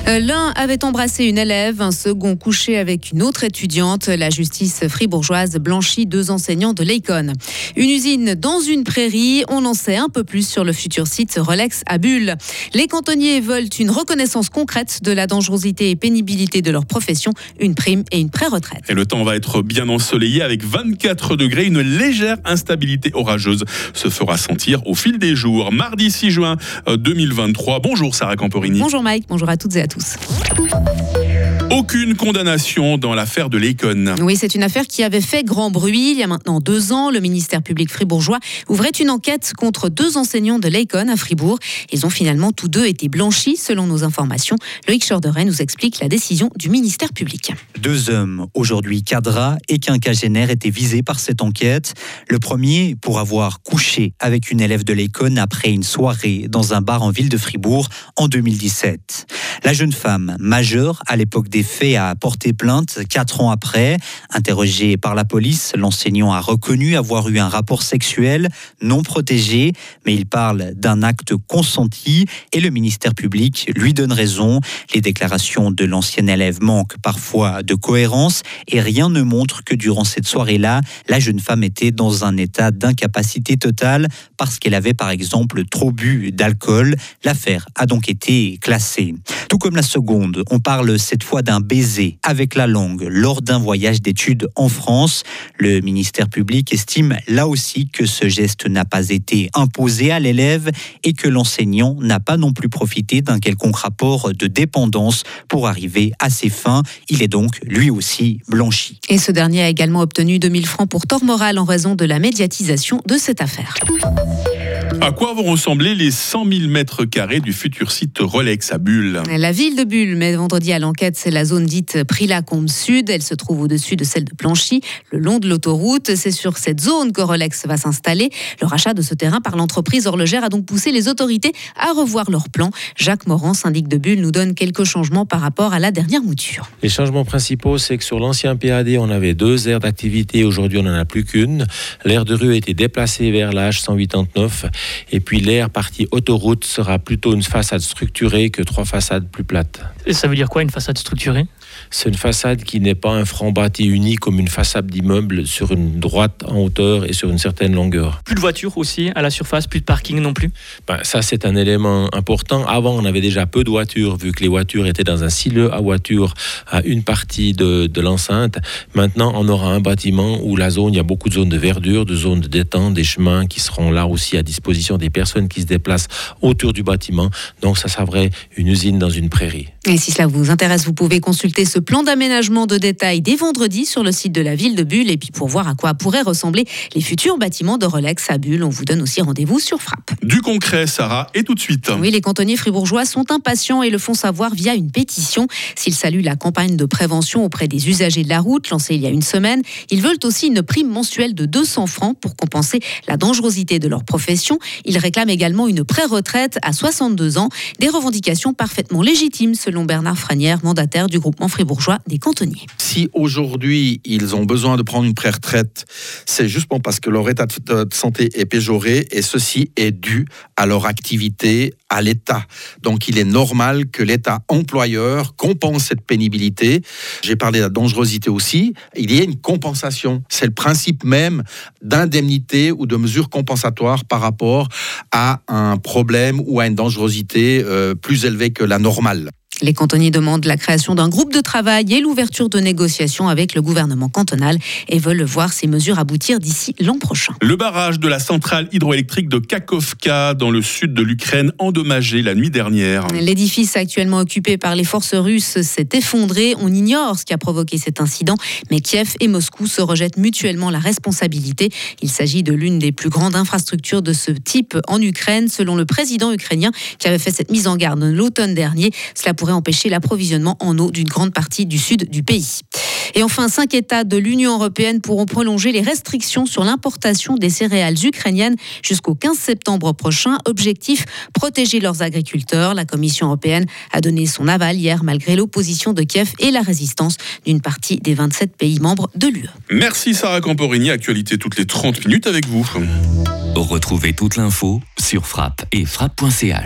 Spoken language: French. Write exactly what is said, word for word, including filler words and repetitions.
L'un avait embrassé une élève, un second couché avec une autre étudiante. La justice fribourgeoise blanchit deux enseignants de l'Econ. Une usine dans une prairie. On en sait un peu plus sur le futur site Rolex à Bulle. Les cantonniers veulent une reconnaissance concrète de la dangerosité et pénibilité de leur profession, une prime et une pré-retraite. Et le temps va être bien ensoleillé avec vingt-quatre degrés. Une légère instabilité orageuse se fera sentir au fil des jours. Mardi six juin deux mille vingt-trois. Bonjour Sarah Camporini. Bonjour Mike, bonjour à toutes et à tous. Aucune condamnation dans l'affaire de l'Econ. Oui, c'est une affaire qui avait fait grand bruit. Il y a maintenant deux ans, le ministère public fribourgeois ouvrait une enquête contre deux enseignants de l'Econ à Fribourg. Ils ont finalement tous deux été blanchis, selon nos informations. Loïc Chorderet nous explique la décision du ministère public. Deux hommes, aujourd'hui cadras et quinquagénaires, étaient visés par cette enquête. Le premier pour avoir couché avec une élève de l'Econ après une soirée dans un bar en ville de Fribourg en deux mille dix-sept. La jeune femme, majeure à l'époque des faits, a porté plainte quatre ans après. Interrogé par la police, l'enseignant a reconnu avoir eu un rapport sexuel non protégé, mais il parle d'un acte consenti et le ministère public lui donne raison. Les déclarations de l'ancienne élève manquent parfois de cohérence et rien ne montre que durant cette soirée-là, la jeune femme était dans un état d'incapacité totale parce qu'elle avait par exemple trop bu d'alcool. L'affaire a donc été classée. Tout comme la seconde, on parle cette fois d'un baiser avec la langue lors d'un voyage d'études en France. Le ministère public estime là aussi que ce geste n'a pas été imposé à l'élève et que l'enseignant n'a pas non plus profité d'un quelconque rapport de dépendance pour arriver à ses fins. Il est donc lui aussi blanchi. Et ce dernier a également obtenu deux mille francs pour tort moral en raison de la médiatisation de cette affaire. À quoi vont ressembler les cent mille mètres carrés du futur site Rolex à Bulle ? La ville de Bulle met vendredi à l'enquête, c'est la zone dite Prix-Lacombe Sud. Elle se trouve au-dessus de celle de Planchy, le long de l'autoroute. C'est sur cette zone que Rolex va s'installer. Le rachat de ce terrain par l'entreprise horlogère a donc poussé les autorités à revoir leurs plans. Jacques Morand, syndic de Bulle, nous donne quelques changements par rapport à la dernière mouture. Les changements principaux, c'est que sur l'ancien P A D, on avait deux aires d'activité. Aujourd'hui, on n'en a plus qu'une. L'aire de rue a été déplacée vers la H cent quatre-vingt-neuf. Et puis l'aire partie autoroute sera plutôt une façade structurée que trois façades plus plates. Et ça veut dire quoi, une façade structurée ? C'est une façade qui n'est pas un franc bâti uni comme une façade d'immeuble sur une droite en hauteur et sur une certaine longueur. Plus de voitures aussi à la surface, plus de parking non plus ? Ben, ça, c'est un élément important. Avant, on avait déjà peu de voitures, vu que les voitures étaient dans un silo à voitures à une partie de, de l'enceinte. Maintenant, on aura un bâtiment où la zone, il y a beaucoup de zones de verdure, de zones de détente, des chemins qui seront là aussi à disposition des personnes qui se déplacent autour du bâtiment. Donc, ça serait une usine dans une prairie. Et si cela vous intéresse, vous pouvez consulter ce plan d'aménagement de détail dès vendredi sur le site de la ville de Bulle. Et puis pour voir à quoi pourraient ressembler les futurs bâtiments de Rolex à Bulle, on vous donne aussi rendez-vous sur Frappe. Du concret, Sarah, et tout de suite. Oui, les cantonniers fribourgeois sont impatients et le font savoir via une pétition. S'ils saluent la campagne de prévention auprès des usagers de la route lancée il y a une semaine, ils veulent aussi une prime mensuelle de deux cents francs pour compenser la dangerosité de leur profession. Ils réclament également une pré-retraite à soixante-deux ans. Des revendications parfaitement légitimes selon Bernard Franière, mandataire du groupement fribourgeois des cantonniers. Si aujourd'hui ils ont besoin de prendre une pré-retraite, c'est justement parce que leur état de santé est péjoré et ceci est dû à leur activité, à l'État. Donc il est normal que l'État employeur compense cette pénibilité. J'ai parlé de la dangerosité aussi. Il y a une compensation. C'est le principe même d'indemnité ou de mesures compensatoires par rapport à un problème ou à une dangerosité euh, plus élevée que la normale. Les cantonniers demandent la création d'un groupe de travail et l'ouverture de négociations avec le gouvernement cantonal et veulent voir ces mesures aboutir d'ici l'an prochain. Le barrage de la centrale hydroélectrique de Kakhovka dans le sud de l'Ukraine endommagé la nuit dernière. L'édifice actuellement occupé par les forces russes s'est effondré. On ignore ce qui a provoqué cet incident, mais Kiev et Moscou se rejettent mutuellement la responsabilité. Il s'agit de l'une des plus grandes infrastructures de ce type en Ukraine, selon le président ukrainien qui avait fait cette mise en garde l'automne dernier. Cela pourrait empêcher l'approvisionnement en eau d'une grande partie du sud du pays. Et enfin, cinq États de l'Union européenne pourront prolonger les restrictions sur l'importation des céréales ukrainiennes jusqu'au quinze septembre prochain. Objectif, protéger leurs agriculteurs. La Commission européenne a donné son aval hier malgré l'opposition de Kiev et la résistance d'une partie des vingt-sept pays membres de l'U E. Merci Sarah Camporini, actualité toutes les trente minutes avec vous. Retrouvez toute l'info sur Frappe et frappe point c h.